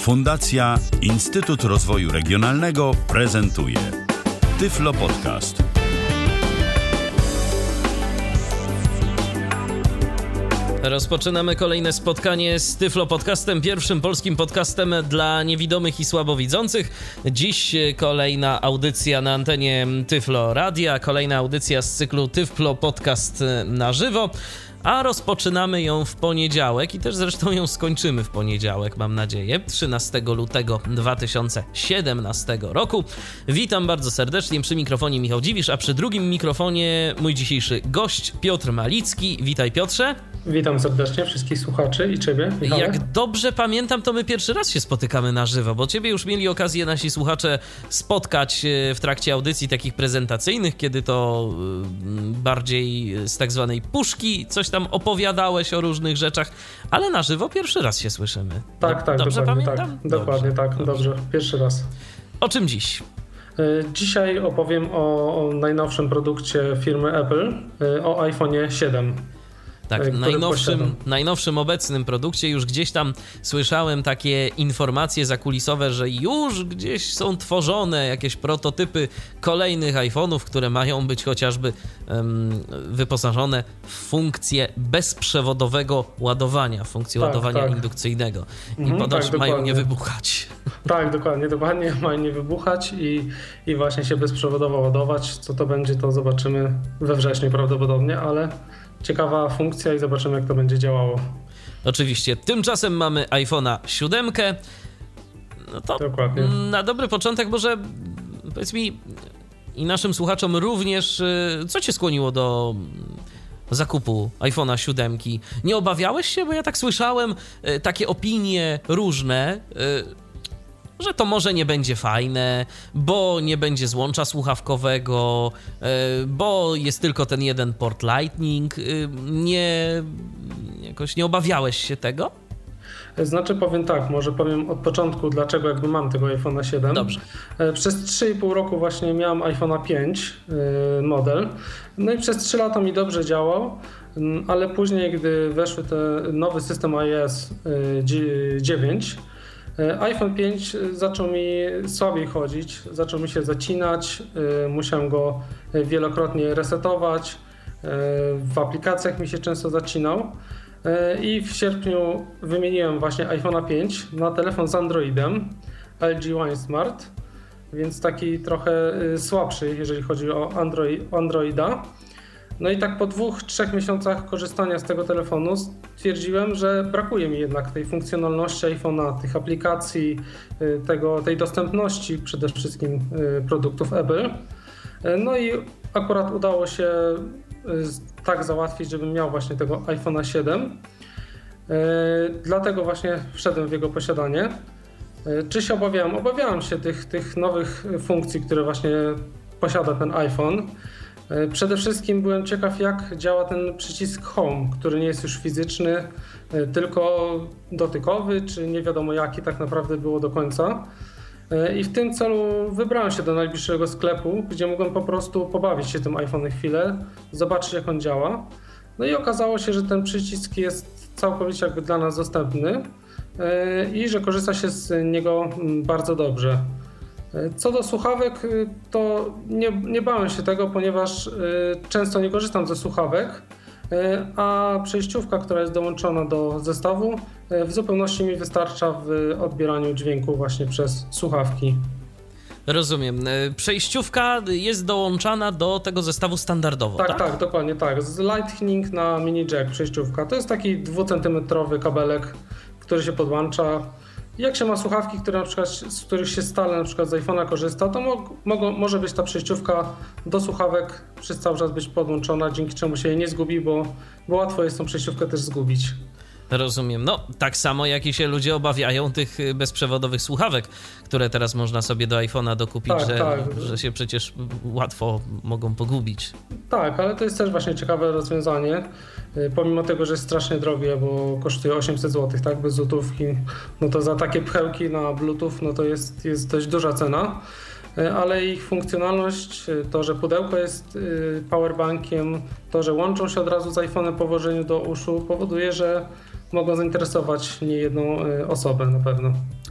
Fundacja Instytut Rozwoju Regionalnego prezentuje Tyflo Podcast. Rozpoczynamy kolejne spotkanie z Tyflo Podcastem, pierwszym polskim podcastem dla niewidomych i słabowidzących. Dziś kolejna audycja na antenie Tyflo Radia, kolejna audycja z cyklu Tyflo Podcast na żywo. A rozpoczynamy ją w poniedziałek i też zresztą ją skończymy w poniedziałek, mam nadzieję, 13 lutego 2017 roku. Witam bardzo serdecznie, przy mikrofonie Michał Dziwisz, a przy drugim mikrofonie mój dzisiejszy gość Piotr Malicki. Witaj, Piotrze. Witam serdecznie wszystkich słuchaczy i Ciebie, Michale. Jak dobrze pamiętam, to my pierwszy raz się spotykamy na żywo, bo Ciebie już mieli okazję nasi słuchacze spotkać w trakcie audycji takich prezentacyjnych, kiedy to bardziej z tak zwanej puszki coś tam opowiadałeś o różnych rzeczach, ale na żywo pierwszy raz się słyszymy. Tak, dobrze dokładnie pamiętam? tak. Dokładnie tak, dobrze. Pierwszy raz. O czym dziś? Dzisiaj opowiem o najnowszym produkcie firmy Apple, o iPhone'ie 7. Tak, najnowszym obecnym produkcie. Już gdzieś tam słyszałem takie informacje zakulisowe, że już gdzieś są tworzone jakieś prototypy kolejnych iPhone'ów, które mają być chociażby wyposażone w funkcję bezprzewodowego ładowania, funkcję ładowania indukcyjnego. I ponoć mają nie wybuchać. Tak, dokładnie. Mają nie wybuchać i właśnie się bezprzewodowo ładować. Co to będzie, to zobaczymy we wrześniu prawdopodobnie, ale ciekawa funkcja i zobaczymy, jak to będzie działało. Oczywiście. Tymczasem mamy iPhone'a 7. No to dokładnie. Na dobry początek może powiedz mi i naszym słuchaczom również, co cię skłoniło do zakupu iPhone'a 7? Nie obawiałeś się? Bo ja tak słyszałem takie opinie różne, że to może nie będzie fajne, bo nie będzie złącza słuchawkowego, bo jest tylko ten jeden port Lightning. Jakoś nie obawiałeś się tego? Znaczy powiem tak, może powiem od początku, dlaczego jakby mam tego iPhone'a 7. Dobrze. Przez 3,5 roku właśnie miałem iPhone'a 5 model, no i przez 3 lata mi dobrze działał, ale później, gdy weszły ten nowy system iOS 9, iPhone 5 zaczął mi słabiej chodzić, zaczął mi się zacinać, musiałem go wielokrotnie resetować, w aplikacjach mi się często zacinał i w sierpniu wymieniłem właśnie iPhone'a 5 na telefon z Androidem LG One Smart, więc taki trochę słabszy, jeżeli chodzi o Androida. No i tak po 2-3 miesiącach korzystania z tego telefonu stwierdziłem, że brakuje mi jednak tej funkcjonalności iPhone'a, tych aplikacji, tej dostępności przede wszystkim produktów Apple. No i akurat udało się tak załatwić, żebym miał właśnie tego iPhone'a 7. Dlatego właśnie wszedłem w jego posiadanie. Czy się obawiałem? Obawiałem się tych nowych funkcji, które właśnie posiada ten iPhone. Przede wszystkim byłem ciekaw, jak działa ten przycisk Home, który nie jest już fizyczny, tylko dotykowy, czy nie wiadomo jaki tak naprawdę było do końca. I w tym celu wybrałem się do najbliższego sklepu, gdzie mogłem po prostu pobawić się tym iPhone'em chwilę, zobaczyć, jak on działa. No i okazało się, że ten przycisk jest całkowicie jakby dla nas dostępny i że korzysta się z niego bardzo dobrze. Co do słuchawek, to nie bałem się tego, ponieważ często nie korzystam ze słuchawek, a przejściówka, która jest dołączona do zestawu, w zupełności mi wystarcza w odbieraniu dźwięku właśnie przez słuchawki. Rozumiem. Przejściówka jest dołączana do tego zestawu standardowo, tak? Tak, dokładnie tak. Z Lightning na mini jack przejściówka. To jest taki 2-centymetrowy kabelek, który się podłącza. Jak się ma słuchawki, które na przykład, z których się stale na przykład z iPhone'a korzysta, to może być ta przejściówka do słuchawek przez cały czas być podłączona, dzięki czemu się jej nie zgubi, bo łatwo jest tą przejściówkę też zgubić. Rozumiem. No, tak samo jak i się ludzie obawiają tych bezprzewodowych słuchawek, które teraz można sobie do iPhone'a dokupić, że się przecież łatwo mogą pogubić. Tak, ale to jest też właśnie ciekawe rozwiązanie. Pomimo tego, że jest strasznie drogie, bo kosztuje 800 zł, tak, bez złotówki, no to za takie pchełki na Bluetooth, no to jest dość duża cena. Ale ich funkcjonalność, to, że pudełko jest powerbankiem, to, że łączą się od razu z iPhone'em po włożeniu do uszu, powoduje, że mogą zainteresować niejedną osobę na pewno.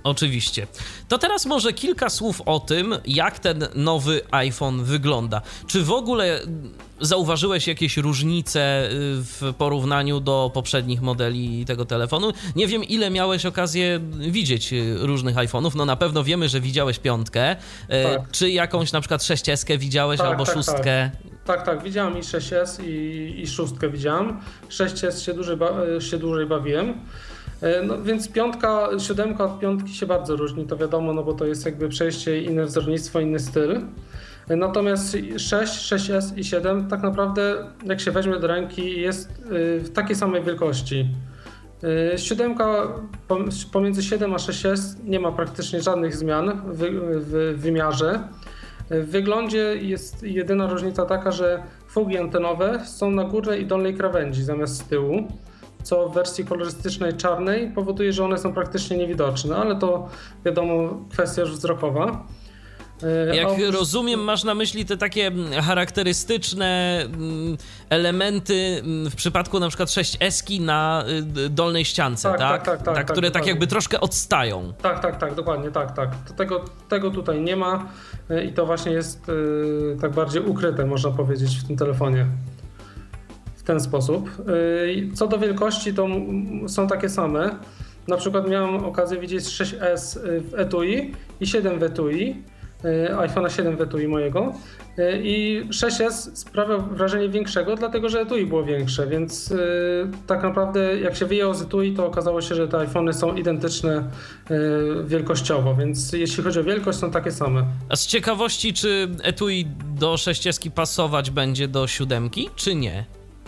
Oczywiście. To teraz może kilka słów o tym, jak ten nowy iPhone wygląda. Czy w ogóle zauważyłeś jakieś różnice w porównaniu do poprzednich modeli tego telefonu? Nie wiem, ile miałeś okazję widzieć różnych iPhone'ów. No na pewno wiemy, że widziałeś 5. Tak. Czy jakąś na przykład 6S widziałeś albo 6? Tak, widziałem i 6S i 6 widziałem. 6S się dłużej bawiłem. No więc 7 od 5 się bardzo różni, to wiadomo, no bo to jest jakby przejście, inne wzornictwo, inny styl. Natomiast 6S i 7 tak naprawdę, jak się weźmie do ręki, jest w takiej samej wielkości. 7, pomiędzy 7 a 6S nie ma praktycznie żadnych zmian w wymiarze. W wyglądzie jest jedyna różnica taka, że fugi antenowe są na górnej i dolnej krawędzi zamiast z tyłu, co w wersji kolorystycznej czarnej powoduje, że one są praktycznie niewidoczne, ale to wiadomo kwestia już wzrokowa. Jak rozumiem, masz na myśli te takie charakterystyczne elementy w przypadku na przykład 6S na dolnej ściance, tak? Które tak jakby troszkę odstają. Tak, dokładnie, tak. Tego tutaj nie ma i to właśnie jest tak bardziej ukryte, można powiedzieć, w tym telefonie. W ten sposób. Co do wielkości, to są takie same. Na przykład miałem okazję widzieć 6S w etui i 7 w etui. iPhone'a 7 w etui mojego i 6S sprawia wrażenie większego, dlatego że etui było większe, więc tak naprawdę jak się wyjęło z etui, to okazało się, że te iPhony są identyczne wielkościowo, więc jeśli chodzi o wielkość, są takie same. A z ciekawości, czy etui do 6S pasować będzie do 7, czy nie?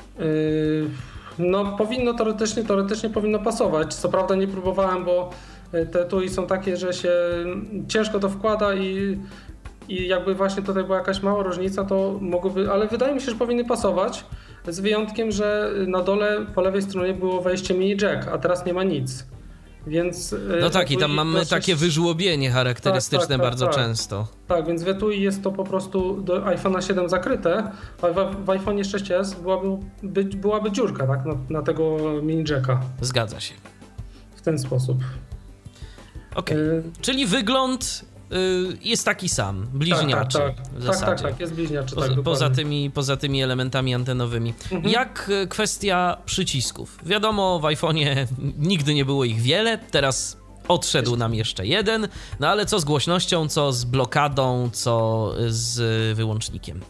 No powinno teoretycznie powinno pasować. Co prawda nie próbowałem, bo te etui są takie, że się ciężko to wkłada i jakby właśnie tutaj była jakaś mała różnica, to mogłoby, ale wydaje mi się, że powinny pasować, z wyjątkiem, że na dole po lewej stronie było wejście mini jack, a teraz nie ma nic. Więc no tak, i tam mamy takie wyżłobienie charakterystyczne bardzo często. Tak, więc w etui jest to po prostu do iPhone'a 7 zakryte, a w iPhone'ie 6s byłaby dziurka, tak, na tego mini jacka. Zgadza się. W ten sposób. Okej. Czyli wygląd jest taki sam, bliźniaczy w zasadzie. Tak, jest bliźniaczy. Poza tymi elementami antenowymi. Jak kwestia przycisków? Wiadomo, w iPhone'ie nigdy nie było ich wiele, teraz odszedł nam jeszcze jeden, no ale co z głośnością, co z blokadą, co z wyłącznikiem?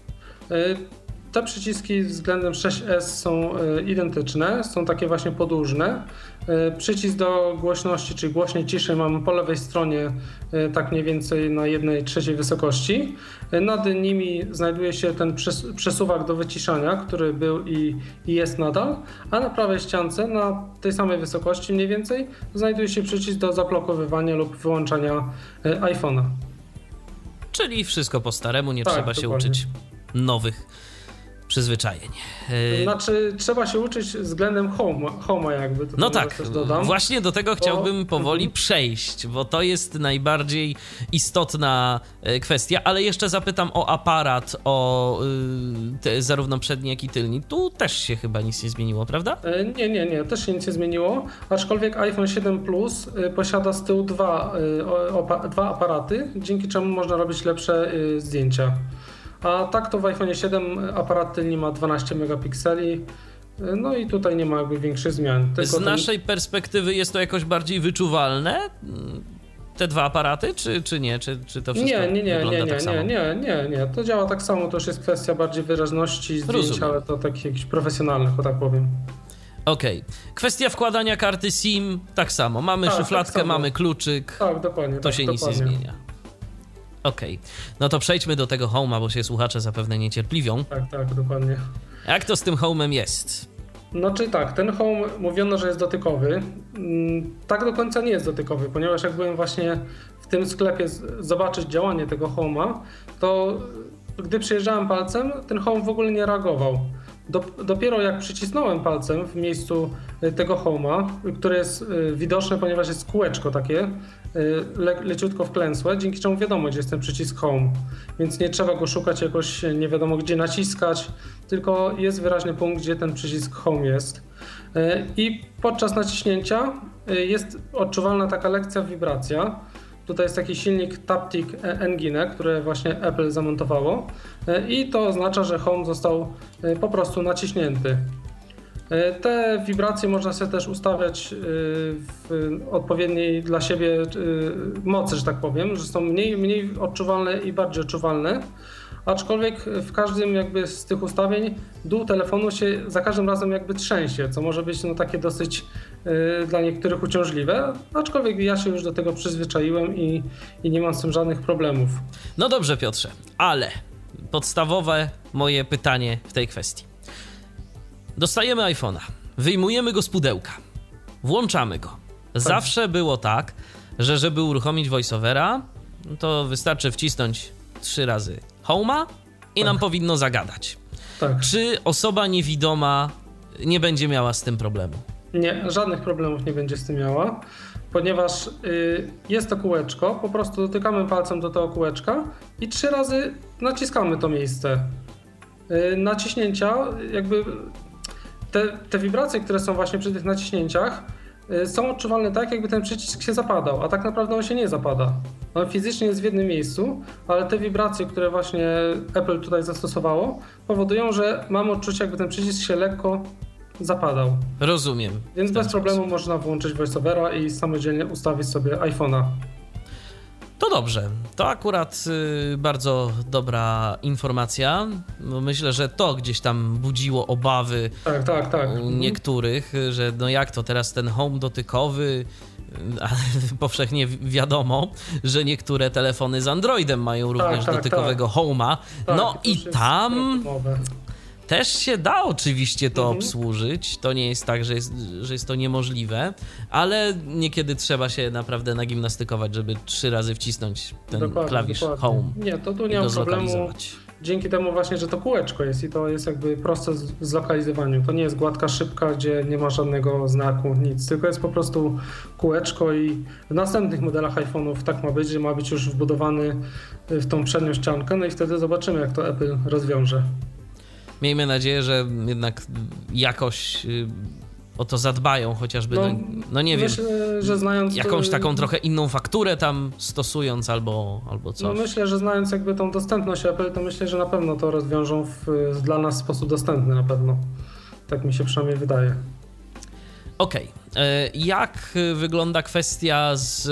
Te przyciski względem 6S są identyczne, są takie właśnie podłużne. Przycisk do głośności, czyli głośniej, ciszej mamy po lewej stronie, tak mniej więcej na 1/3 wysokości. Nad nimi znajduje się ten przesuwak do wyciszania, który był i jest nadal, a na prawej ściance, na tej samej wysokości mniej więcej, znajduje się przycisk do zablokowywania lub wyłączania iPhone'a. Czyli wszystko po staremu, nie trzeba się uczyć nowych przyzwyczajeń. Znaczy, trzeba się uczyć względem Home'a jakby. No tak, właśnie do tego chciałbym powoli przejść, bo to jest najbardziej istotna kwestia, ale jeszcze zapytam o aparat, o zarówno przedni, jak i tylni. Tu też się chyba nic nie zmieniło, prawda? Nie, też się nic nie zmieniło, aczkolwiek iPhone 7 Plus posiada z tyłu dwa aparaty, dzięki czemu można robić lepsze zdjęcia. A tak to w iPhone 7 aparat tylny ma 12 megapikseli, no i tutaj nie ma jakby większych zmian. Z naszej perspektywy jest to jakoś bardziej wyczuwalne, te dwa aparaty, czy nie? Czy to wszystko wygląda tak samo? Nie. To działa tak samo, to już jest kwestia bardziej wyraźności zdjęć, ale to takie jakieś profesjonalne, tak powiem. Okej. Kwestia wkładania karty SIM, tak samo. Mamy szufladkę, mamy kluczyk. Tak, dokładnie. To się nic nie zmienia. Okej. No to przejdźmy do tego Home'a, bo się słuchacze zapewne niecierpliwią. Tak, dokładnie. Jak to z tym Home'em jest? Znaczy tak, ten Home mówiono, że jest dotykowy. Tak do końca nie jest dotykowy, ponieważ jak byłem właśnie w tym sklepie zobaczyć działanie tego Home'a, to gdy przyjeżdżałem palcem, ten Home w ogóle nie reagował. dopiero jak przycisnąłem palcem w miejscu tego Home'a, które jest widoczne, ponieważ jest kółeczko takie, leciutko wklęsłe, dzięki czemu wiadomo, gdzie jest ten przycisk Home, więc nie trzeba go szukać jakoś nie wiadomo gdzie naciskać, tylko jest wyraźny punkt, gdzie ten przycisk Home jest. I podczas naciśnięcia jest odczuwalna taka lekcja wibracja. Tutaj jest taki silnik Taptic Engine, które właśnie Apple zamontowało i to oznacza, że Home został po prostu naciśnięty. Te wibracje można sobie też ustawiać w odpowiedniej dla siebie mocy, że tak powiem, że są mniej odczuwalne i bardziej odczuwalne. Aczkolwiek w każdym jakby z tych ustawień dół telefonu się za każdym razem jakby trzęsie, co może być takie dosyć dla niektórych uciążliwe, aczkolwiek ja się już do tego przyzwyczaiłem i nie mam z tym żadnych problemów. No dobrze, Piotrze, ale podstawowe moje pytanie w tej kwestii. Dostajemy iPhone'a, wyjmujemy go z pudełka, włączamy go. Zawsze było tak, że żeby uruchomić VoiceOvera, to wystarczy wcisnąć 3 razy Home'a i nam powinno zagadać. Tak. Czy osoba niewidoma nie będzie miała z tym problemu? Nie, żadnych problemów nie będzie z tym miała, ponieważ jest to kółeczko, po prostu dotykamy palcem do tego kółeczka i 3 razy naciskamy to miejsce. Naciśnięcia, jakby te wibracje, które są właśnie przy tych naciśnięciach, są odczuwalne tak, jakby ten przycisk się zapadał, a tak naprawdę on się nie zapada. On fizycznie jest w jednym miejscu, ale te wibracje, które właśnie Apple tutaj zastosowało, powodują, że mam odczucie, jakby ten przycisk się lekko zapadał. Rozumiem. Więc bez problemu można włączyć VoiceOvera i samodzielnie ustawić sobie iPhone'a. To dobrze. To akurat bardzo dobra informacja. Myślę, że to gdzieś tam budziło obawy Tak. u niektórych, że no jak to teraz ten Home dotykowy, a powszechnie wiadomo, że niektóre telefony z Androidem mają również dotykowego Home'a. No i tam też się da oczywiście to obsłużyć. To nie jest tak, że jest to niemożliwe, ale niekiedy trzeba się naprawdę nagimnastykować, żeby 3 razy wcisnąć ten klawisz Home. Nie, to tu nie ma problemu. Dzięki temu właśnie, że to kółeczko jest i to jest jakby proste w zlokalizowaniu. To nie jest gładka szybka, gdzie nie ma żadnego znaku, nic. Tylko jest po prostu kółeczko i w następnych modelach iPhone'ów tak ma być, że ma być już wbudowany w tą przednią ściankę. No i wtedy zobaczymy, jak to Apple rozwiąże. Miejmy nadzieję, że jednak jakoś o to zadbają, chociażby, no nie myślę, wiem, że znając jakąś taką trochę inną fakturę tam stosując albo coś. No myślę, że znając jakby tą dostępność Apple, to myślę, że na pewno to rozwiążą dla nas w sposób dostępny na pewno. Tak mi się przynajmniej wydaje. Okej. Jak wygląda kwestia z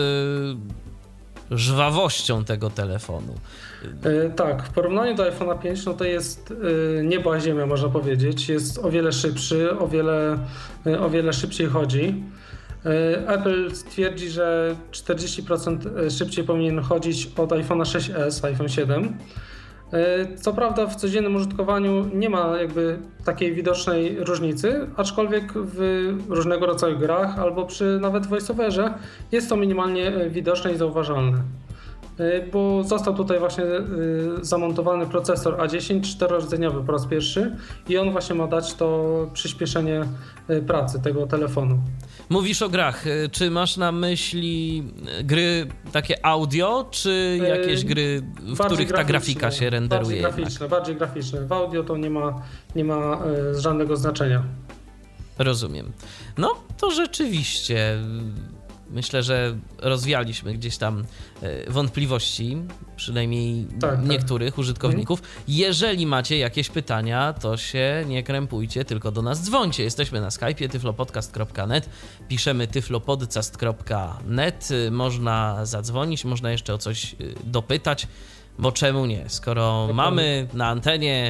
żwawością tego telefonu? Tak, w porównaniu do iPhone'a 5, no to jest niebo a ziemia, można powiedzieć. Jest o wiele szybszy, o wiele szybciej chodzi. Apple twierdzi, że 40% szybciej powinien chodzić od iPhone'a 6s, iPhone 7. Co prawda w codziennym użytkowaniu nie ma jakby takiej widocznej różnicy, aczkolwiek w różnego rodzaju grach albo przy nawet voiceoverze jest to minimalnie widoczne i zauważalne. Bo został tutaj właśnie zamontowany procesor A10 4-rdzeniowy po raz pierwszy i on właśnie ma dać to przyspieszenie pracy tego telefonu. Mówisz o grach. Czy masz na myśli gry takie audio, czy jakieś gry, w których ta grafika się renderuje? Bardziej graficzne. W audio to nie ma żadnego znaczenia. Rozumiem. No to rzeczywiście myślę, że rozwialiśmy gdzieś tam wątpliwości, przynajmniej niektórych użytkowników. Jeżeli macie jakieś pytania, to się nie krępujcie, tylko do nas dzwońcie. Jesteśmy na Skype'ie tyflopodcast.net, piszemy tyflopodcast.net, można zadzwonić, można jeszcze o coś dopytać, bo czemu nie? Skoro mamy na antenie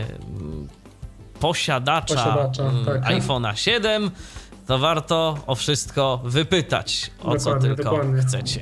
posiadacza iPhone'a 7, to warto o wszystko wypytać, co tylko chcecie.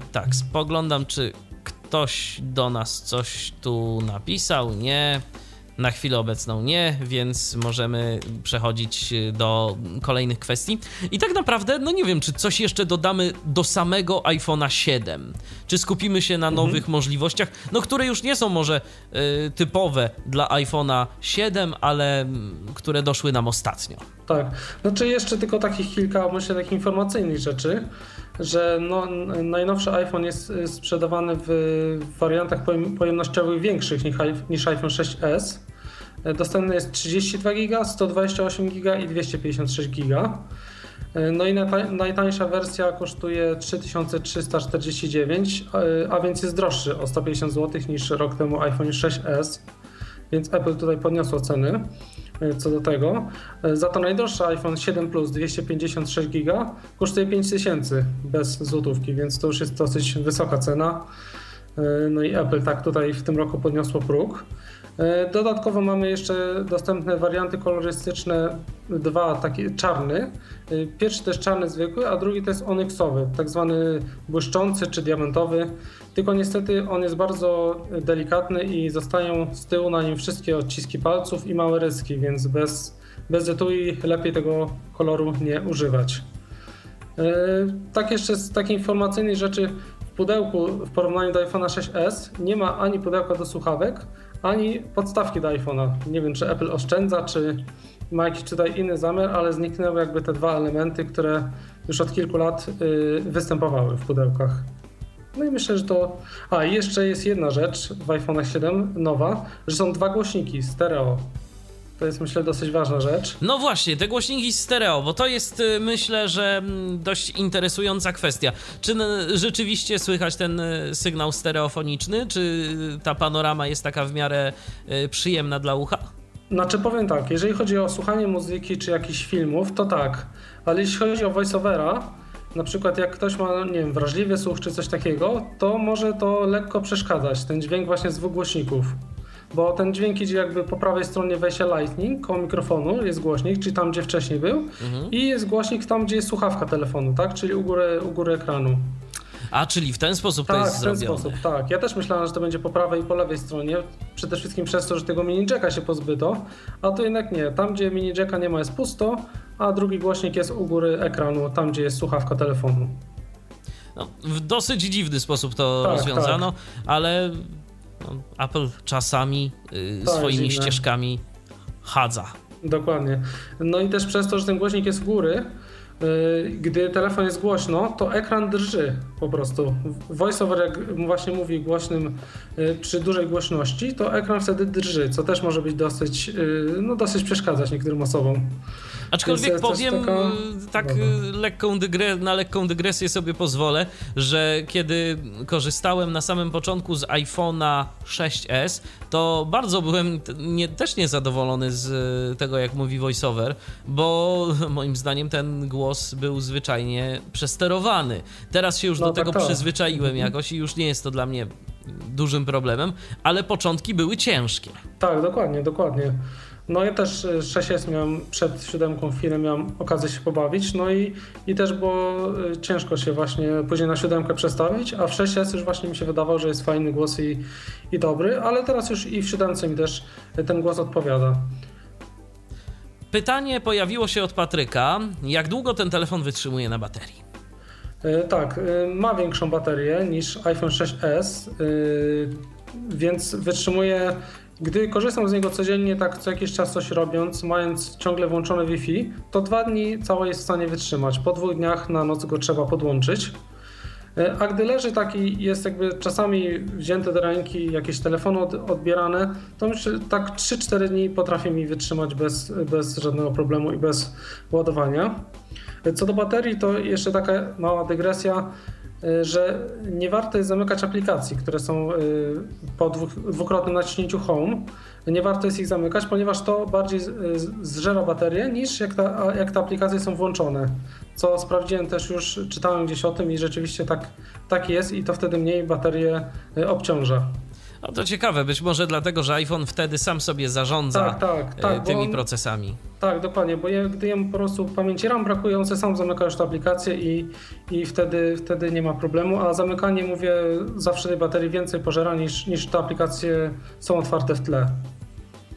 Spoglądam, czy ktoś do nas coś tu napisał. Nie. Na chwilę obecną nie, więc możemy przechodzić do kolejnych kwestii. I tak naprawdę, no nie wiem, czy coś jeszcze dodamy do samego iPhone'a 7. Czy skupimy się na nowych możliwościach, no które już nie są może typowe dla iPhone'a 7, ale które doszły nam ostatnio. Tak, znaczy jeszcze tylko takich kilka, myślę, takich informacyjnych rzeczy, że najnowszy iPhone jest sprzedawany w wariantach pojemnościowych większych niż iPhone 6s. Dostępny jest 32 GB, 128 GB i 256 GB. No i najtańsza wersja kosztuje 3349, a więc jest droższy o 150 zł niż rok temu iPhone 6s, więc Apple tutaj podniosło ceny co do tego. Za to najdroższy iPhone 7 Plus 256 GB kosztuje 5000 bez złotówki, więc to już jest dosyć wysoka cena. No i Apple tak tutaj w tym roku podniosło próg. Dodatkowo mamy jeszcze dostępne warianty kolorystyczne, dwa, taki czarny. Pierwszy to jest czarny zwykły, a drugi to jest onyksowy, tak zwany błyszczący czy diamentowy. Tylko niestety on jest bardzo delikatny i zostają z tyłu na nim wszystkie odciski palców i małe ryski, więc bez etui lepiej tego koloru nie używać. Tak jeszcze z takiej informacyjnej rzeczy, w pudełku w porównaniu do iPhone'a 6s nie ma ani pudełka do słuchawek, ani podstawki do iPhone'a. Nie wiem, czy Apple oszczędza, czy ma jakiś tutaj inny zamiar, ale zniknęły jakby te dwa elementy, które już od kilku lat występowały w pudełkach. No i myślę, że to... A, i jeszcze jest jedna rzecz w iPhone'ach 7 nowa, że są dwa głośniki stereo. To jest, myślę, dosyć ważna rzecz. No właśnie, te głośniki stereo, bo to jest, myślę, że dość interesująca kwestia. Czy rzeczywiście słychać ten sygnał stereofoniczny? Czy ta panorama jest taka w miarę przyjemna dla ucha? Znaczy powiem tak, jeżeli chodzi o słuchanie muzyki czy jakichś filmów, to tak. Ale jeśli chodzi o voiceovera, na przykład jak ktoś ma, nie wiem, wrażliwy słuch czy coś takiego, to może to lekko przeszkadzać, ten dźwięk właśnie z dwóch głośników. Bo ten dźwięk idzie jakby po prawej stronie wejścia Lightning, koło mikrofonu jest głośnik, czyli tam, gdzie wcześniej był, i jest głośnik tam, gdzie jest słuchawka telefonu, tak? Czyli u góry ekranu. A, czyli w ten sposób to jest zrobione. Tak, w ten sposób, tak. Ja też myślałem, że to będzie po prawej i po lewej stronie, przede wszystkim przez to, że tego mini jacka się pozbyto, a to jednak nie. Tam, gdzie mini jacka nie ma, jest pusto, a drugi głośnik jest u góry ekranu, tam, gdzie jest słuchawka telefonu. No, w dosyć dziwny sposób to rozwiązano, ale Apple czasami swoimi ścieżkami chadza. Dokładnie. No i też przez to, że ten głośnik jest u góry, gdy telefon jest głośno, to ekran drży po prostu. VoiceOver, jak właśnie mówi głośnym przy dużej głośności, to ekran wtedy drży, co też może być dosyć przeszkadzać niektórym osobom. Aczkolwiek powiem na lekką dygresję sobie pozwolę, że kiedy korzystałem na samym początku z iPhone'a 6s, to bardzo byłem też niezadowolony z tego, jak mówi VoiceOver, bo moim zdaniem ten głos był zwyczajnie przesterowany. Teraz się już do tego przyzwyczaiłem jakoś i już nie jest to dla mnie dużym problemem, ale początki były ciężkie. Tak, dokładnie. No ja też 6S miałem przed 7 w chwilę, miałem okazję się pobawić, no i też było ciężko się właśnie później na 7 przestawić, a w 6S już właśnie mi się wydawało, że jest fajny głos i dobry, ale teraz już i w 7 mi też ten głos odpowiada. Pytanie pojawiło się od Patryka. Jak długo ten telefon wytrzymuje na baterii? Tak, ma większą baterię niż iPhone 6s, więc wytrzymuje... Gdy korzystam z niego codziennie, tak co jakiś czas coś robiąc, mając ciągle włączone Wi-Fi, to 2 dni całe jest w stanie wytrzymać. Po 2 dniach na noc go trzeba podłączyć. A gdy leży taki, jest jakby czasami wzięte do ręki, jakieś telefony odbierane, to myślę, tak 3-4 dni potrafi mi wytrzymać bez żadnego problemu i bez ładowania. Co do baterii, to jeszcze taka mała dygresja, że nie warto jest zamykać aplikacji, które są po dwukrotnym naciśnięciu Home. Nie warto jest ich zamykać, ponieważ to bardziej zżera baterię niż jak te aplikacje są włączone. Co sprawdziłem też już, czytałem gdzieś o tym i rzeczywiście tak jest i to wtedy mniej baterię obciąża. No to ciekawe, być może dlatego, że iPhone wtedy sam sobie zarządza tymi procesami. Tak, dokładnie, bo gdy jemu po prostu pamięci RAM brakuje, on sobie sam zamyka już tę aplikację i wtedy nie ma problemu, a zamykanie, mówię, zawsze tej baterii więcej pożera niż te aplikacje są otwarte w tle.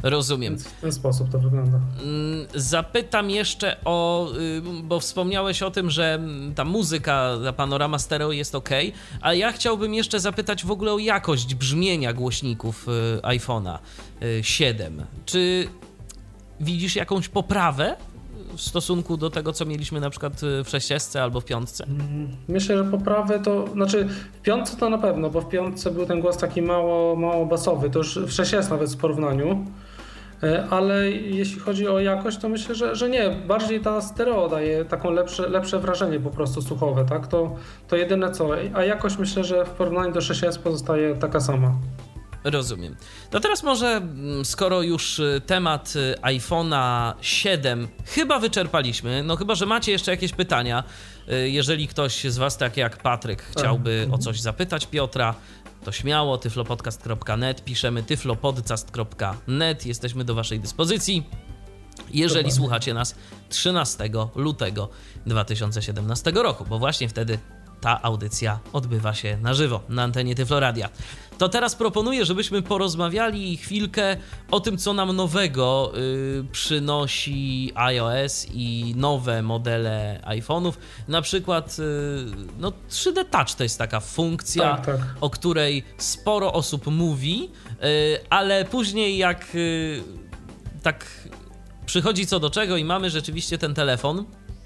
Rozumiem. Więc w ten sposób to wygląda. Zapytam jeszcze bo wspomniałeś o tym, że ta muzyka, ta panorama stereo jest ok, a ja chciałbym jeszcze zapytać w ogóle o jakość brzmienia głośników iPhone'a 7. Czy widzisz jakąś poprawę w stosunku do tego, co mieliśmy na przykład w 6 albo w 5? Myślę, że poprawę to, znaczy w 5 to na pewno, bo w 5 był ten głos taki mało basowy, to już w 6 jest nawet w porównaniu, ale jeśli chodzi o jakość, to myślę, że nie, bardziej ta stereo daje taką lepsze wrażenie po prostu słuchowe, tak? To jedyne co, a jakość myślę, że w porównaniu do 6 pozostaje taka sama. Rozumiem. To teraz może, skoro już temat iPhone'a 7 chyba wyczerpaliśmy, no chyba, że macie jeszcze jakieś pytania, jeżeli ktoś z was, tak jak Patryk, chciałby o coś zapytać Piotra, to śmiało, tyflopodcast.net, piszemy tyflopodcast.net, jesteśmy do waszej dyspozycji. Jeżeli słuchacie nas 13 lutego 2017 roku, bo właśnie wtedy ta audycja odbywa się na żywo na antenie Tyfloradia. To teraz proponuję, żebyśmy porozmawiali chwilkę o tym, co nam nowego przynosi iOS i nowe modele iPhone'ów. Na przykład 3D Touch to jest taka funkcja, tak. O której sporo osób mówi, ale później jak tak przychodzi co do czego i mamy rzeczywiście ten telefon,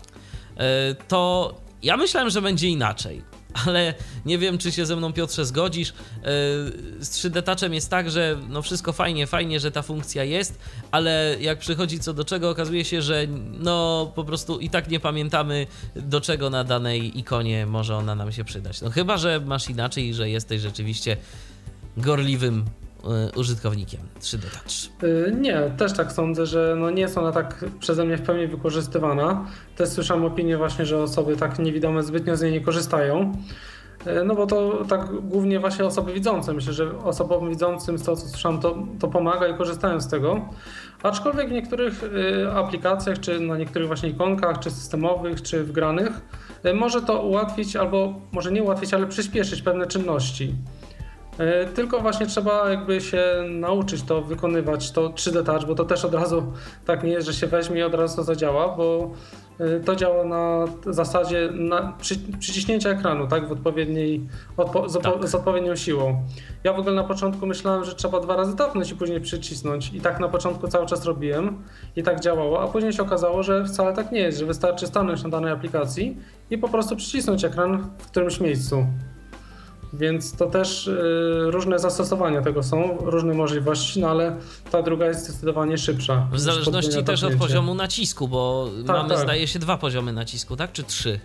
to ja myślałem, że będzie inaczej, ale nie wiem, czy się ze mną, Piotrze, zgodzisz. Z 3D Touchem jest tak, że no wszystko fajnie, że ta funkcja jest, ale jak przychodzi co do czego, okazuje się, że no po prostu i tak nie pamiętamy, do czego na danej ikonie może ona nam się przydać. No chyba, że masz inaczej i że jesteś rzeczywiście gorliwym użytkownikiem 3D Touch. Nie, też tak sądzę, że no nie jest ona tak przeze mnie w pełni wykorzystywana. Też słyszałem opinię właśnie, że osoby tak niewidome zbytnio z niej nie korzystają. No bo to tak głównie właśnie osoby widzące. Myślę, że osobom widzącym z tego, co słyszałem, to pomaga i korzystają z tego. Aczkolwiek w niektórych aplikacjach, czy na niektórych właśnie ikonkach, czy systemowych, czy wgranych, może to ułatwić albo może nie ułatwić, ale przyspieszyć pewne czynności. Tylko właśnie trzeba jakby się nauczyć to wykonywać, to 3D Touch, bo to też od razu tak nie jest, że się weźmie i od razu to zadziała, bo to działa na zasadzie przyciśnięcia ekranu, tak, w odpowiedniej, z odpowiednią siłą. Ja w ogóle na początku myślałem, że trzeba 2 razy tapnąć i później przycisnąć i tak na początku cały czas robiłem i tak działało, a później się okazało, że wcale tak nie jest, że wystarczy stanąć na danej aplikacji i po prostu przycisnąć ekran w którymś miejscu. Więc to też różne zastosowania tego są, różne możliwości, no ale ta druga jest zdecydowanie szybsza. W zależności też od poziomu nacisku, bo mamy zdaje się 2 poziomy nacisku, tak? Czy 3?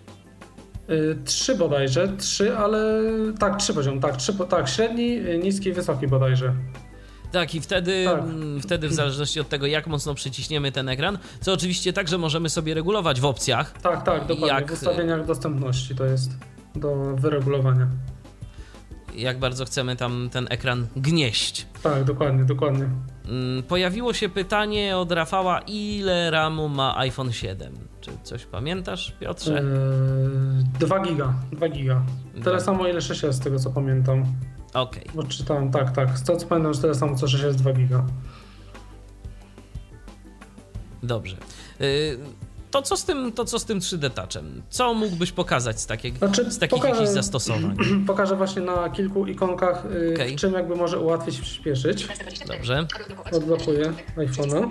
3 bodajże, 3, ale tak, 3 poziomy, tak, średni, niski, wysoki bodajże. Tak, i wtedy w zależności od tego, jak mocno przyciśniemy ten ekran, co oczywiście także możemy sobie regulować w opcjach. Tak, dokładnie, w ustawieniach dostępności to jest do wyregulowania. Jak bardzo chcemy tam ten ekran gnieść. Tak, dokładnie. Pojawiło się pytanie od Rafała, ile RAMu ma iPhone 7? Czy coś pamiętasz, Piotrze? 2 giga. Tyle samo ile 6 z tego co pamiętam. Okej. Bo czytałem, tak. Z tego co pamiętam, że tyle samo co 6 jest 2 giga. Dobrze. To co z tym 3D Touchem? Co mógłbyś pokazać z takich jakichś zastosowań? Pokażę właśnie na kilku ikonkach, w czym jakby może ułatwić, przyspieszyć. Dobrze. Odblokuję iPhone'a.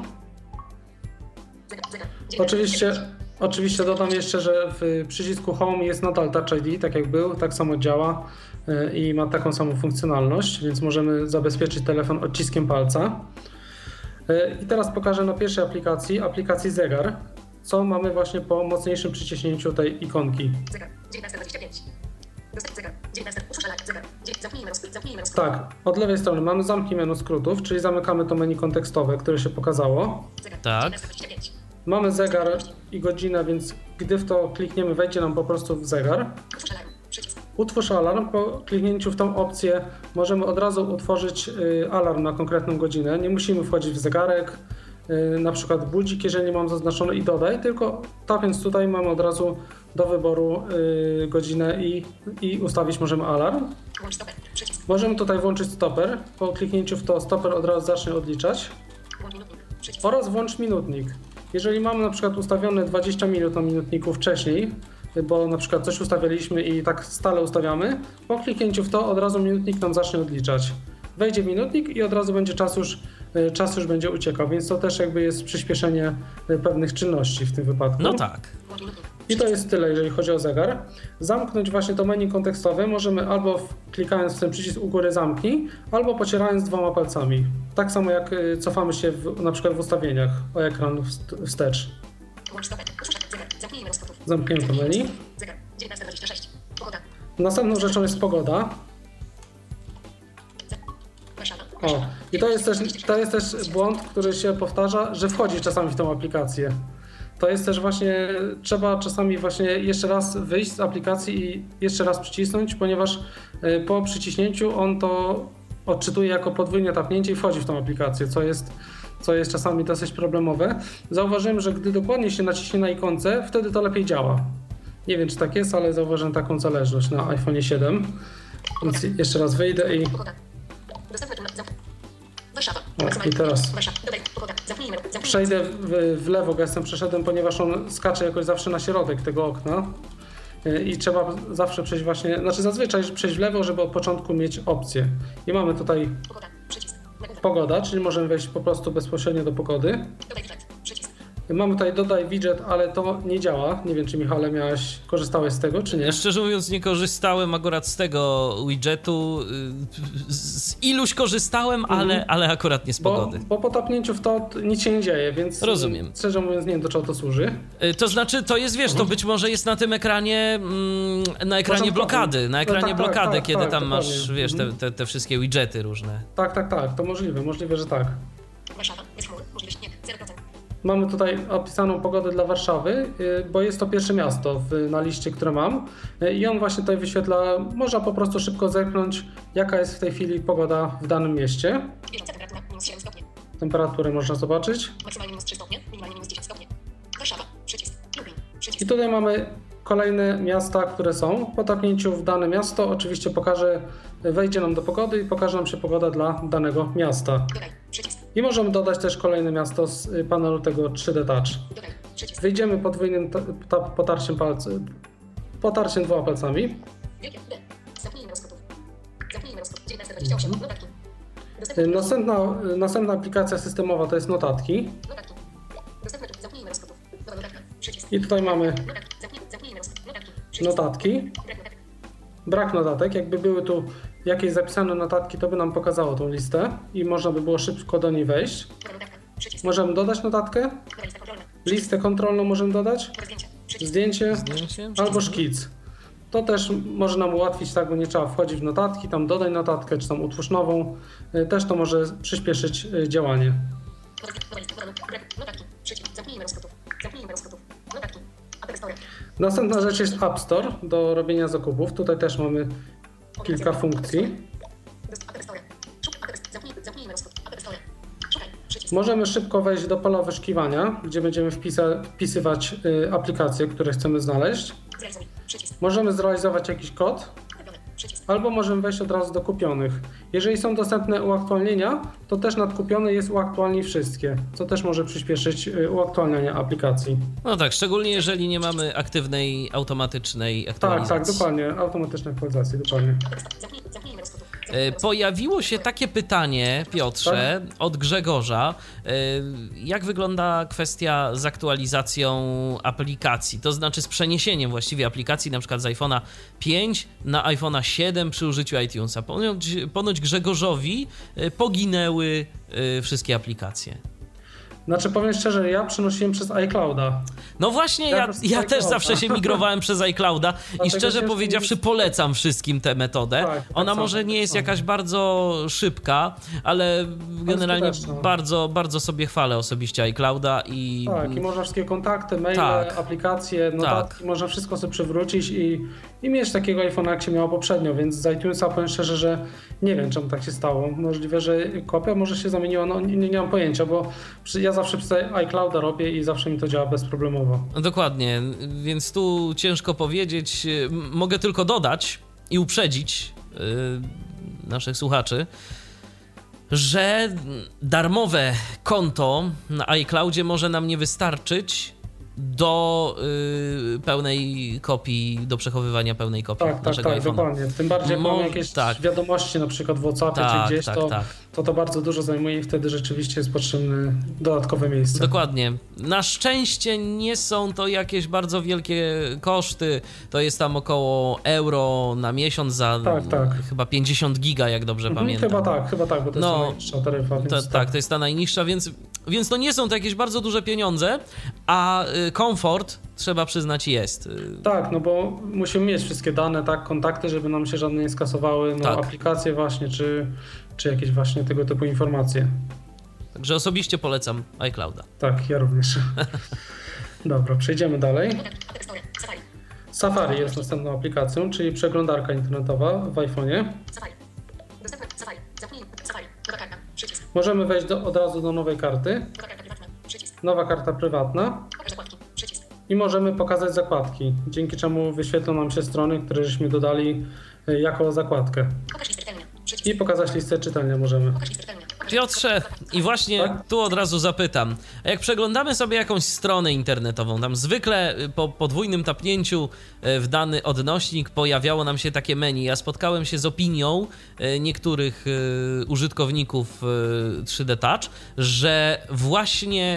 Oczywiście dodam jeszcze, że w przycisku Home jest nadal Touch ID, tak jak był, tak samo działa i ma taką samą funkcjonalność, więc możemy zabezpieczyć telefon odciskiem palca. I teraz pokażę na pierwszej aplikacji zegar, co mamy właśnie po mocniejszym przyciśnięciu tej ikonki. Zegar, 19:25. Zegar, 19. Utwórz alarm, zegar. Zamknij menu skrótów. Tak, od lewej strony mamy zamknij menu skrótów, czyli zamykamy to menu kontekstowe, które się pokazało. Zegar, tak. 19:25. Mamy zegar i godzinę, więc gdy w to klikniemy, wejdzie nam po prostu w zegar. Utwórz alarm, przycisk. Utwórz alarm. Po kliknięciu w tą opcję możemy od razu utworzyć alarm na konkretną godzinę. Nie musimy wchodzić w zegarek, na przykład budzik, jeżeli nie mam zaznaczone i dodaj, tylko tapiąc tutaj mamy od razu do wyboru godzinę i ustawić możemy alarm. Możemy tutaj włączyć stoper. Po kliknięciu w to stoper od razu zacznie odliczać. oraz włącz minutnik. Jeżeli mamy na przykład ustawione 20 minut na minutniku wcześniej, bo na przykład coś ustawialiśmy i tak stale ustawiamy, po kliknięciu w to od razu minutnik nam zacznie odliczać. Wejdzie minutnik i od razu będzie czas już będzie uciekał, więc to też jakby jest przyspieszenie pewnych czynności w tym wypadku. No tak. I to jest tyle, jeżeli chodzi o zegar. Zamknąć właśnie to menu kontekstowe możemy albo klikając w ten przycisk u góry zamknij, albo pocierając 2 palcami. Tak samo jak cofamy się na przykład w ustawieniach o ekran wstecz. Zamknięto menu. Następną rzeczą jest pogoda. O, i to jest też błąd, który się powtarza, że wchodzi czasami w tą aplikację. To jest też właśnie, trzeba czasami właśnie jeszcze raz wyjść z aplikacji i jeszcze raz przycisnąć, ponieważ po przyciśnięciu on to odczytuje jako podwójne tapnięcie i wchodzi w tą aplikację, co jest czasami dosyć problemowe. Zauważyłem, że gdy dokładnie się naciśnie na ikonce, wtedy to lepiej działa. Nie wiem, czy tak jest, ale zauważyłem taką zależność na iPhone 7. Więc jeszcze raz wyjdę i... O, i teraz przejdę w lewo, gestem przeszedłem, ponieważ on skacze jakoś zawsze na środek tego okna i trzeba zawsze przejść właśnie, zazwyczaj przejść w lewo, żeby od początku mieć opcję. I mamy tutaj pogoda, czyli możemy wejść po prostu bezpośrednio do pogody. Mamy tutaj dodaj widget, ale to nie działa. Nie wiem, czy Michale korzystałeś z tego, czy nie? Szczerze mówiąc, nie korzystałem akurat z tego widgetu. Z iluś korzystałem, ale akurat nie z pogody. Bo po tapnięciu w to nic się nie dzieje, więc rozumiem. Szczerze mówiąc, nie wiem, do czego to służy. To znaczy, to jest, wiesz, to być może jest na tym ekranie, na ekranie blokady, tak, kiedy tam masz, wiesz, te wszystkie widgety różne. Tak, to możliwe, że tak. Mamy tutaj opisaną pogodę dla Warszawy, bo jest to pierwsze miasto na liście, które mam i on właśnie tutaj wyświetla, można po prostu szybko zerknąć, jaka jest w tej chwili pogoda w danym mieście. Temperaturę można zobaczyć. Maksymalnie -3 stopnie, minimalnie -10 stopni. Warszawa, przycisk, Lublin, przycisk. I tutaj mamy kolejne miasta, które są. Po tapnięciu w dane miasto oczywiście wejdzie nam do pogody i pokaże nam się pogoda dla danego miasta. Dodaj, przycisk. I możemy dodać też kolejne miasto z panelu tego 3D Touch. Dodaj, przycisk. Wyjdziemy podwójnym potarciem 2 palcami. Wielkie D. Zamknijmy rozkotów. Zamknijmy rozkotów. 1928. Notatki. Następna aplikacja systemowa to jest notatki. Notatki. Dostępne. Zamknijmy rozkotów. Nowa notatka. Przycisk. I tutaj mamy Zamknijmy rozkotów. Notatki. notatki. Brak notatek. Jakby były tu jakieś zapisane notatki, to by nam pokazało tą listę i można by było szybko do niej wejść. Możemy dodać notatkę. Listę kontrolną możemy dodać. Zdjęcie albo szkic. To też może nam ułatwić, tak, bo nie trzeba wchodzić w notatki, tam dodaj notatkę, czy tam utwórz nową. Też to może przyspieszyć działanie. Następna rzecz jest App Store do robienia zakupów. Tutaj też mamy kilka funkcji. Możemy szybko wejść do pola wyszukiwania, gdzie będziemy wpisywać aplikacje, które chcemy znaleźć. Możemy zrealizować jakiś kod, albo możemy wejść od razu do kupionych. Jeżeli są dostępne uaktualnienia, to też nad kupione jest uaktualnij wszystkie, co też może przyspieszyć uaktualnianie aplikacji. No tak, szczególnie jeżeli nie mamy aktywnej, automatycznej aktualizacji. Tak, dokładnie, automatycznej aktualizacji, dokładnie. Pojawiło się takie pytanie, Piotrze, od Grzegorza. Jak wygląda kwestia z aktualizacją aplikacji? To znaczy z przeniesieniem właściwie aplikacji na przykład z iPhone'a 5 na iPhone'a 7 przy użyciu iTunesa. Ponoć Grzegorzowi poginęły wszystkie aplikacje. Znaczy, powiem szczerze, ja przenosiłem przez iClouda. No właśnie, ja też zawsze się migrowałem przez iClouda i szczerze powiedziawszy polecam wszystkim tę metodę. Tak, ona może nie jest jakaś bardzo szybka, ale generalnie bardzo, bardzo sobie chwalę osobiście iClouda. I można wszystkie kontakty, maile, aplikacje, notatki, można wszystko sobie przywrócić i mieć takiego iPhone'a, jak się miało poprzednio, więc z iTunesa powiem szczerze, że nie wiem, czemu tak się stało. Możliwe, że kopia może się zamieniła, no nie mam pojęcia, bo ja zawsze przez iClouda robię i zawsze mi to działa bezproblemowo. Dokładnie, więc tu ciężko powiedzieć. Mogę tylko dodać i uprzedzić naszych słuchaczy, że darmowe konto na iCloudzie może nam nie wystarczyć do pełnej kopii, do przechowywania pełnej kopii naszego iPhone'a. Dokładnie. Tym bardziej jak mamy jakieś wiadomości na przykład w WhatsAppie czy gdzieś, to bardzo dużo zajmuje i wtedy rzeczywiście jest potrzebne dodatkowe miejsce. Dokładnie. Na szczęście nie są to jakieś bardzo wielkie koszty. To jest tam około euro na miesiąc za chyba 50 giga, jak dobrze pamiętam. Chyba tak, bo to jest ta najniższa taryfa. Więc to jest ta najniższa, więc to nie są to jakieś bardzo duże pieniądze, a komfort, trzeba przyznać, jest. Tak, no bo musimy mieć wszystkie dane, kontakty, żeby nam się żadne nie skasowały, aplikacje właśnie, czy jakieś właśnie tego typu informacje. Także osobiście polecam iClouda. Tak, ja również. Dobra, przejdziemy dalej. Safari jest następną aplikacją, czyli przeglądarka internetowa w iPhone'ie. Możemy wejść od razu do nowej karty. Nowa karta prywatna. I możemy pokazać zakładki, dzięki czemu wyświetlą nam się strony, które żeśmy dodali jako zakładkę. I pokazać listę czytania możemy. Piotrze, i właśnie tu od razu zapytam, a jak przeglądamy sobie jakąś stronę internetową, tam zwykle po podwójnym tapnięciu w dany odnośnik pojawiało nam się takie menu. Ja spotkałem się z opinią niektórych użytkowników 3D Touch, że właśnie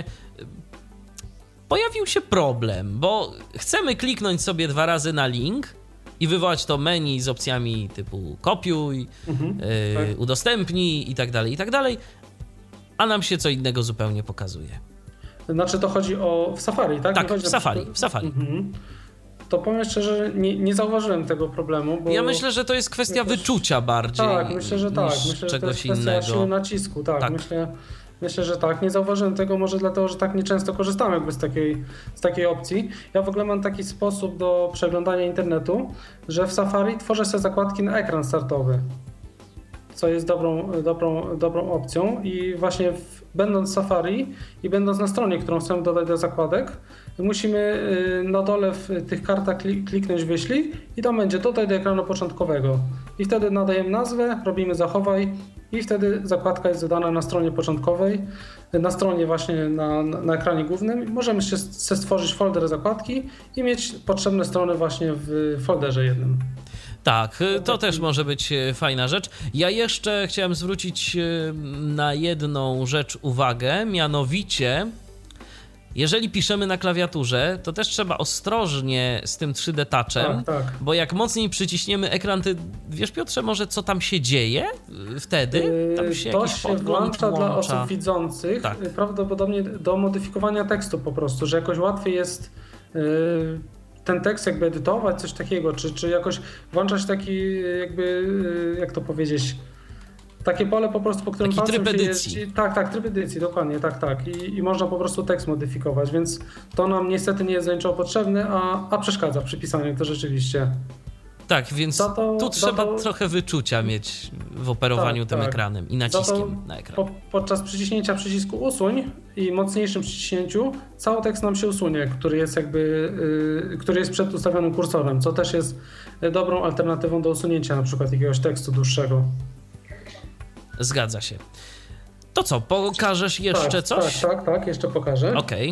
pojawił się problem, bo chcemy kliknąć sobie 2 razy na link i wywołać to menu z opcjami typu kopiuj, udostępnij i tak dalej, a nam się co innego zupełnie pokazuje. Znaczy to chodzi w Safari, tak? Tak, w Safari. To powiem szczerze, nie zauważyłem tego problemu, bo... Ja myślę, że to jest kwestia wyczucia bardziej. Tak, myślę, że tak. Myślę, że to jest kwestia siły nacisku, tak. Myślę, że tak. Nie zauważyłem tego może dlatego, że tak nieczęsto korzystamy jakby z takiej opcji. Ja w ogóle mam taki sposób do przeglądania internetu, że w Safari tworzę sobie zakładki na ekran startowy, co jest dobrą opcją i właśnie będąc w Safari i będąc na stronie, którą chcemy dodać do zakładek, musimy na dole w tych kartach kliknąć wyślij i tam będzie dodaj do ekranu początkowego. I wtedy nadajemy nazwę, robimy zachowaj i wtedy zakładka jest dodana na stronie początkowej, na stronie właśnie na ekranie głównym. Możemy się stworzyć folder zakładki i mieć potrzebne strony właśnie w folderze jednym. Tak, to też może być fajna rzecz. Ja jeszcze chciałem zwrócić na jedną rzecz uwagę, mianowicie jeżeli piszemy na klawiaturze, to też trzeba ostrożnie z tym 3D Touchem, bo jak mocniej przyciśniemy ekran, ty wiesz, Piotrze, może co tam się dzieje wtedy? Tam się to się włącza dla osób widzących, prawdopodobnie do modyfikowania tekstu po prostu, że jakoś łatwiej jest ten tekst jakby edytować, coś takiego, czy jakoś włączać taki jakby, jak to powiedzieć, takie pole po prostu, po którym taki tryb edycji. Tak, tryb edycji, dokładnie, tak. I można po prostu tekst modyfikować, więc to nam niestety nie jest zajęczoło potrzebne, a przeszkadza przy pisaniu, to rzeczywiście. Tak, więc tu trzeba trochę wyczucia mieć w operowaniu tym ekranem i naciskiem na ekran. Podczas przyciśnięcia przycisku usuń i mocniejszym przyciśnięciu cały tekst nam się usunie, który jest przed ustawionym kursorem, co też jest dobrą alternatywą do usunięcia na przykład jakiegoś tekstu dłuższego. Zgadza się. To co, pokażesz jeszcze coś? Tak, jeszcze pokażę. Okej.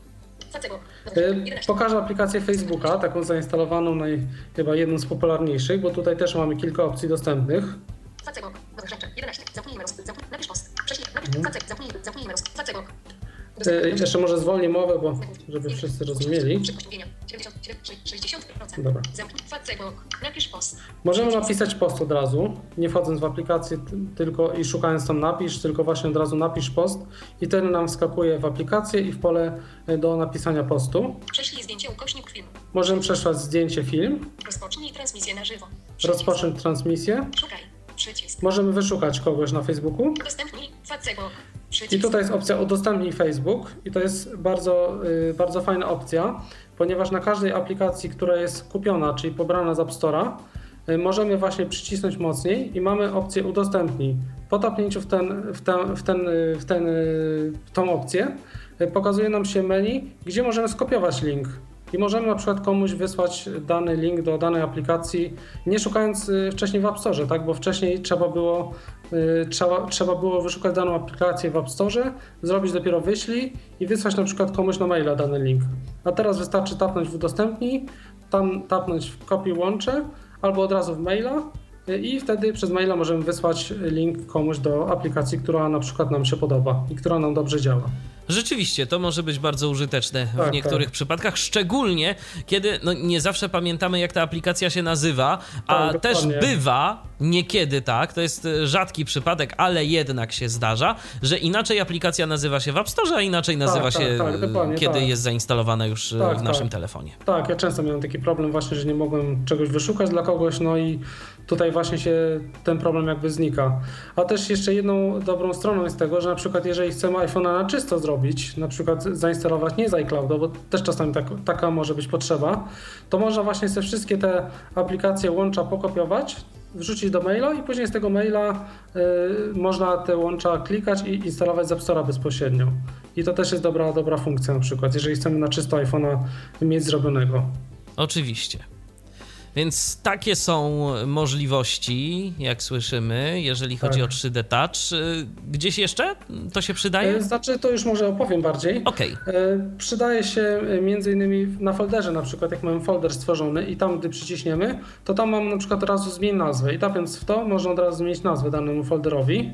Pokażę aplikację Facebooka, taką zainstalowaną chyba jedną z popularniejszych, bo tutaj też mamy kilka opcji dostępnych. Jeszcze może zwolnię mowę, bo żeby wszyscy rozumieli. Dobra. Możemy napisać post od razu, nie wchodząc w aplikację tylko i szukając tam napisz, tylko właśnie od razu napisz post i ten nam wskakuje w aplikację i w pole do napisania postu. Prześlij zdjęcie /film. Możemy przesłać zdjęcie, film. Rozpocznij transmisję na żywo. Rozpocznij transmisję. Szukaj. Przycisk. Możemy wyszukać kogoś na Facebooku. Udostępnij Facebook. I tutaj jest opcja udostępnij Facebook i to jest bardzo fajna opcja, ponieważ na każdej aplikacji, która jest kupiona, czyli pobrana z App Store'a, możemy właśnie przycisnąć mocniej i mamy opcję udostępnij. Po tapnięciu w tą opcję pokazuje nam się menu, gdzie możemy skopiować link i możemy na przykład komuś wysłać dany link do danej aplikacji, nie szukając wcześniej w App Store, tak? Bo wcześniej trzeba było wyszukać daną aplikację w App Store, zrobić dopiero wyślij i wysłać na przykład komuś na maila dany link. A teraz wystarczy tapnąć w udostępnij, tam tapnąć w kopiuj łączę albo od razu w maila i wtedy przez maila możemy wysłać link komuś do aplikacji, która na przykład nam się podoba i która nam dobrze działa. Rzeczywiście, to może być bardzo użyteczne w niektórych przypadkach, szczególnie kiedy nie zawsze pamiętamy, jak ta aplikacja się nazywa, a też bywa niekiedy tak, to jest rzadki przypadek, ale jednak się zdarza, że inaczej aplikacja nazywa się w App Store, a inaczej nazywa się, kiedy jest zainstalowana już w naszym telefonie. Tak, ja często miałem taki problem właśnie, że nie mogłem czegoś wyszukać dla kogoś, no i tutaj właśnie się ten problem jakby znika. A też jeszcze jedną dobrą stroną jest tego, że na przykład jeżeli chcemy iPhone'a na czysto zrobić, na przykład zainstalować nie z iClouda, bo też czasami taka może być potrzeba, to można właśnie sobie wszystkie te aplikacje łącza pokopiować, wrzucić do maila i później z tego maila można te łącza klikać i instalować z App Store'a bezpośrednio. I to też jest dobra funkcja na przykład, jeżeli chcemy na czysto iPhone'a mieć zrobionego. Oczywiście. Więc takie są możliwości, jak słyszymy, jeżeli chodzi o 3D Touch. Gdzieś jeszcze to się przydaje? Znaczy, to już może opowiem bardziej. Okay. Przydaje się między innymi na folderze, na przykład jak mamy folder stworzony i tam, gdy przyciśniemy, to tam mamy na przykład od razu zmień nazwę i tapiąc w to, można od razu zmienić nazwę danemu folderowi.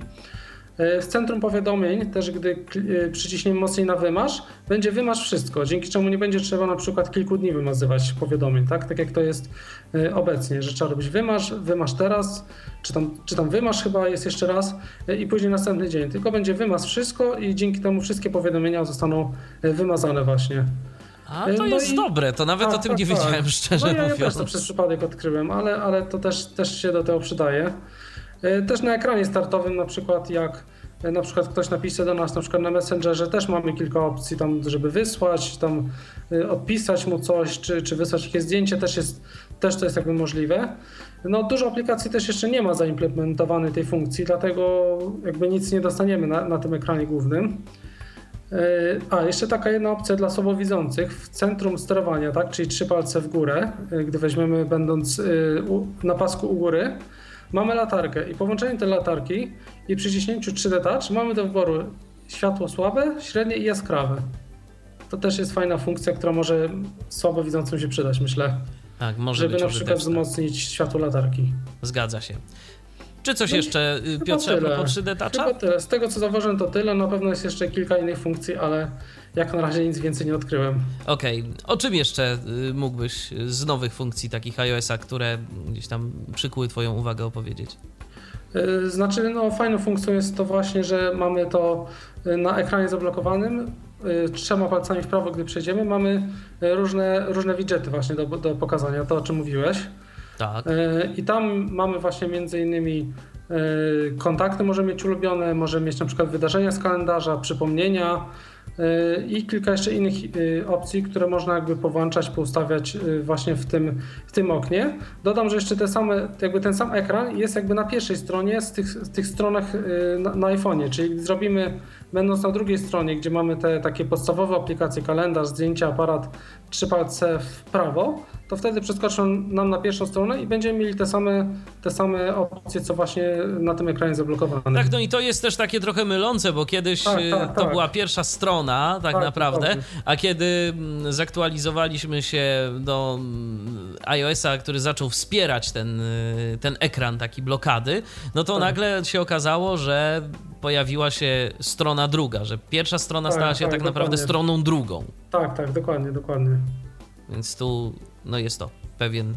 W centrum powiadomień, też gdy przyciśniemy mocniej na wymasz, będzie wymasz wszystko, dzięki czemu nie będzie trzeba na przykład kilku dni wymazywać powiadomień, tak jak to jest obecnie, że trzeba robić wymasz teraz, czy tam wymasz chyba jest jeszcze raz i później następny dzień, tylko będzie wymasz wszystko i dzięki temu wszystkie powiadomienia zostaną wymazane właśnie. A to jest dobre, to nawet o tym nie wiedziałem, szczerze mówiąc. Ja też to przez przypadek odkryłem, ale to też się do tego przydaje. Też na ekranie startowym na przykład jak na przykład ktoś napisze do nas na przykład na Messengerze, też mamy kilka opcji tam, żeby wysłać, tam odpisać mu coś, czy wysłać jakieś zdjęcie, też to jest jakby możliwe. No dużo aplikacji też jeszcze nie ma zaimplementowanej tej funkcji, dlatego jakby nic nie dostaniemy na tym ekranie głównym. A, jeszcze taka jedna opcja dla słabowidzących w centrum sterowania, tak, czyli 3 palce w górę, gdy weźmiemy będąc na pasku u góry, mamy latarkę i po włączeniu tej latarki i przyciśnięciu 3D Touch mamy do wyboru światło słabe, średnie i jaskrawe. To też jest fajna funkcja, która może słabowidzącym się przydać, myślę. Tak, może żeby być na przykład wzmocnić światło latarki. Zgadza się. Czy coś jeszcze, Piotrze, po 3D Toucha? Chyba tyle. Z tego, co zauważyłem, to tyle. Na pewno jest jeszcze kilka innych funkcji, ale jak na razie nic więcej nie odkryłem. Okej. O czym jeszcze mógłbyś z nowych funkcji takich iOS-a, które gdzieś tam przykuły twoją uwagę, opowiedzieć? Znaczy, fajną funkcją jest to właśnie, że mamy to na ekranie zablokowanym, 3 palcami w prawo, gdy przejdziemy, mamy różne widgety właśnie do pokazania, to o czym mówiłeś. Tak. I tam mamy właśnie między innymi kontakty możemy mieć ulubione, możemy mieć na przykład wydarzenia z kalendarza, przypomnienia i kilka jeszcze innych opcji, które można jakby powłączać, poustawiać właśnie w tym oknie. Dodam, że jeszcze ten sam ekran jest jakby na pierwszej stronie z tych stronach na iPhone'ie, czyli gdy zrobimy, będąc na drugiej stronie, gdzie mamy te takie podstawowe aplikacje, kalendarz, zdjęcia, aparat, 3 palce w prawo, to wtedy przeskoczą nam na pierwszą stronę i będziemy mieli te same opcje, co właśnie na tym ekranie zablokowane. Tak, i to jest też takie trochę mylące, bo kiedyś to była pierwsza strona tak naprawdę, a kiedy zaktualizowaliśmy się do iOS-a, który zaczął wspierać ten ekran taki blokady, no to nagle się okazało, że pojawiła się strona druga, że pierwsza strona stała się tak naprawdę stroną drugą. Tak, dokładnie. Więc tu jest to pewien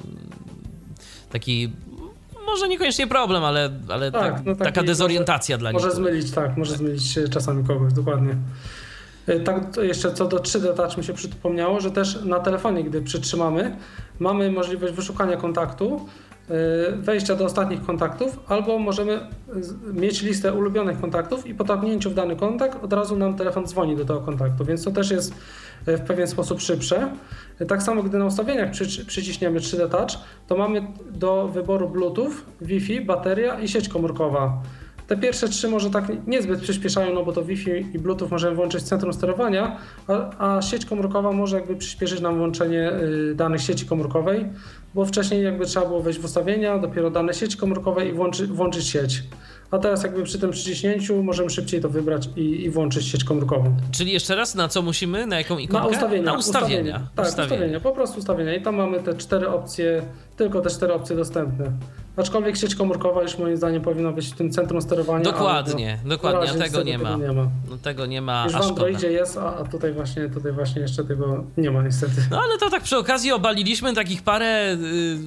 taki, może niekoniecznie problem, ale taka dezorientacja dla niektórych. Może zmylić czasami kogoś, dokładnie. Tak, jeszcze co do 3D Touch mi się przypomniało, że też na telefonie, gdy przytrzymamy, mamy możliwość wyszukania kontaktu, wejścia do ostatnich kontaktów, albo możemy mieć listę ulubionych kontaktów i po tapnięciu w dany kontakt od razu nam telefon dzwoni do tego kontaktu, więc to też jest w pewien sposób szybsze. Tak samo, gdy na ustawieniach przyciśniemy 3D Touch, to mamy do wyboru Bluetooth, Wi-Fi, bateria i sieć komórkowa. Te pierwsze 3 może tak niezbyt przyspieszają, no bo to Wi-Fi i Bluetooth możemy włączyć z centrum sterowania, a sieć komórkowa może jakby przyspieszyć nam włączenie danych sieci komórkowej, bo wcześniej jakby trzeba było wejść w ustawienia, dopiero dane sieci komórkowej i włączyć sieć. A teraz jakby przy tym przyciśnięciu możemy szybciej to wybrać i włączyć sieć komórkową. Czyli jeszcze raz, na co musimy? Na jaką ikonkę? Na ustawienia. Tak, ustawienia. Po prostu ustawienia. I tam mamy te 4 opcje, tylko te 4 opcje dostępne. Aczkolwiek sieć komórkowa już moim zdaniem powinna być w tym centrum sterowania. Dokładnie, a tego nie ma. No, tego nie ma. Już w Androidzie jest, a tutaj właśnie jeszcze tego nie ma niestety. No ale to tak przy okazji obaliliśmy takich parę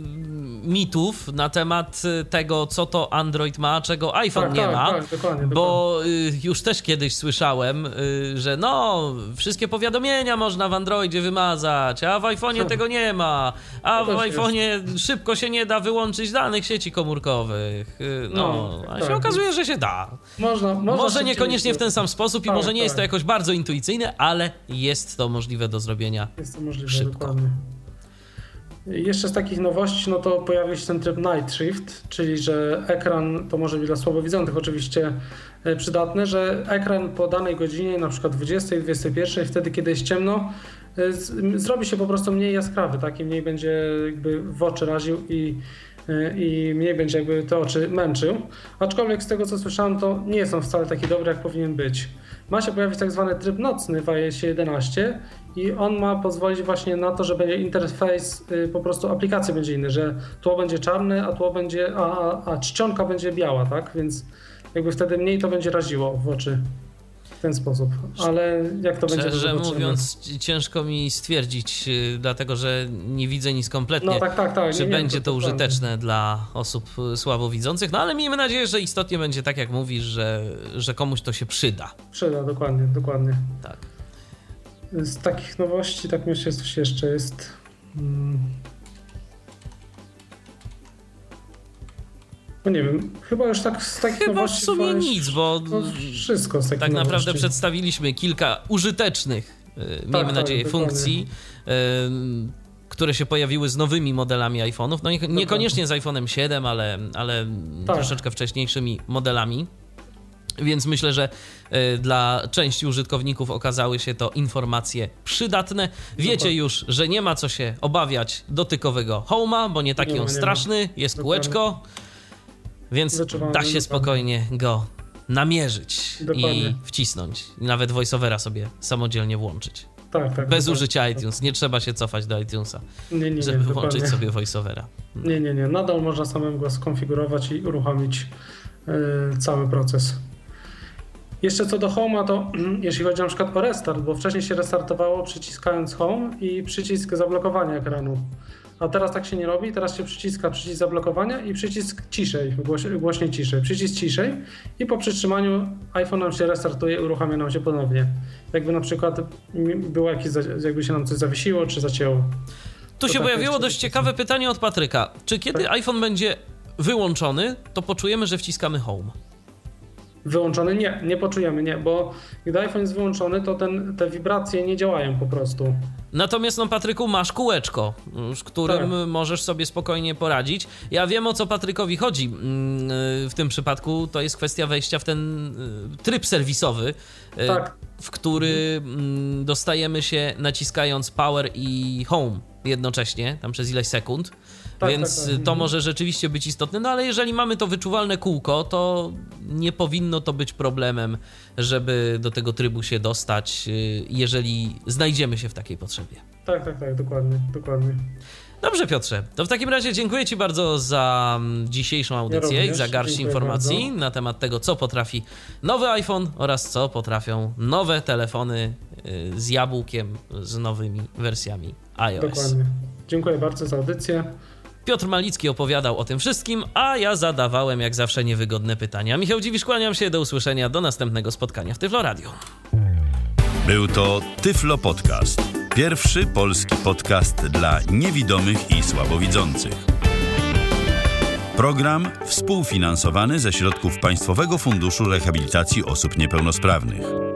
mitów na temat tego, co to Android ma, a czego iPhone nie ma. Tak, dokładnie. Bo już też kiedyś słyszałem, że wszystkie powiadomienia można w Androidzie wymazać, a w iPhone'ie tego nie ma, a w iPhone'ie szybko się nie da wyłączyć danych sieci komórkowych. A się okazuje, że się da. Można może niekoniecznie w ten sam sposób i może nie jest to jakoś bardzo intuicyjne, ale jest to możliwe do zrobienia Jest to możliwe, szybko. Dokładnie. Jeszcze z takich nowości, to pojawił się ten tryb Night Shift, czyli że ekran, to może być dla słabowidzących oczywiście przydatne, że ekran po danej godzinie, na przykład 20, 21, wtedy kiedy jest ciemno, zrobi się po prostu mniej jaskrawy, tak? I mniej będzie jakby w oczy raził i mniej będzie jakby te oczy męczył. Aczkolwiek z tego co słyszałem, to nie jest on wcale taki dobry, jak powinien być. Ma się pojawić tak zwany tryb nocny w iOSie 11 i on ma pozwolić właśnie na to, że będzie interfejs, po prostu aplikacji będzie inny, że tło będzie czarne, a tło będzie, a czcionka będzie biała, tak? Więc jakby wtedy mniej to będzie raziło w oczy. W ten sposób, ale jak to będzie? Szczerze mówiąc, ciężko mi stwierdzić, dlatego że nie widzę nic kompletnie, czy będzie to użyteczne dla osób słabowidzących, ale miejmy nadzieję, że istotnie będzie tak, jak mówisz, że komuś to się przyda. Przyda, dokładnie. Tak. Z takich nowości, tak myślę, coś jeszcze jest. No nie wiem, chyba już tak z takich nowości... w sumie nic, bo wszystko z takich tak naprawdę nowości. Przedstawiliśmy kilka użytecznych, miejmy nadzieję, funkcji, które się pojawiły z nowymi modelami iPhone'ów. No niekoniecznie z iPhone'em 7, ale troszeczkę wcześniejszymi modelami. Więc myślę, że dla części użytkowników okazały się to informacje przydatne. Wiecie już, że nie ma co się obawiać dotykowego Home'a, bo nie taki on straszny, jest kółeczko. Więc da się spokojnie go namierzyć i wcisnąć. I nawet voiceovera sobie samodzielnie włączyć. Bez użycia iTunes. Nie trzeba się cofać do iTunesa, żeby włączyć sobie voiceovera. Nie. Nadal można samemu go skonfigurować i uruchomić cały proces. Jeszcze co do Home'a, to jeśli chodzi na przykład o restart, bo wcześniej się restartowało przyciskając Home i przycisk zablokowania ekranu. A teraz tak się nie robi, teraz się przyciska przycisk zablokowania i przycisk ciszej, głośniej ciszej, przycisk ciszej i po przytrzymaniu iPhone nam się restartuje i uruchamia nam się ponownie. Jakby na przykład było jakby się nam coś zawiesiło czy zacięło. Tu się pojawiło dość ciekawe pytanie od Patryka. Czy kiedy iPhone będzie wyłączony, to poczujemy, że wciskamy Home? Wyłączony? Nie poczujemy, bo gdy iPhone jest wyłączony, to te wibracje nie działają po prostu. Natomiast Patryku, masz kółeczko, z którym możesz sobie spokojnie poradzić. Ja wiem, o co Patrykowi chodzi w tym przypadku. To jest kwestia wejścia w ten tryb serwisowy, w który dostajemy się naciskając Power i Home jednocześnie, tam przez ileś sekund. Więc to może rzeczywiście być istotne, ale jeżeli mamy to wyczuwalne kółko, to nie powinno to być problemem, żeby do tego trybu się dostać, jeżeli znajdziemy się w takiej potrzebie. Tak, dokładnie. Dobrze, Piotrze, to w takim razie dziękuję Ci bardzo za dzisiejszą audycję i za garść informacji na temat tego, co potrafi nowy iPhone oraz co potrafią nowe telefony z jabłkiem, z nowymi wersjami iOS. Dokładnie. Dziękuję bardzo za audycję. Piotr Malicki opowiadał o tym wszystkim, a ja zadawałem jak zawsze niewygodne pytania. Michał Dziwisz, kłaniam się, do usłyszenia, do następnego spotkania w Tyflo Radio. Był to Tyflo Podcast. Pierwszy polski podcast dla niewidomych i słabowidzących. Program współfinansowany ze środków Państwowego Funduszu Rehabilitacji Osób Niepełnosprawnych.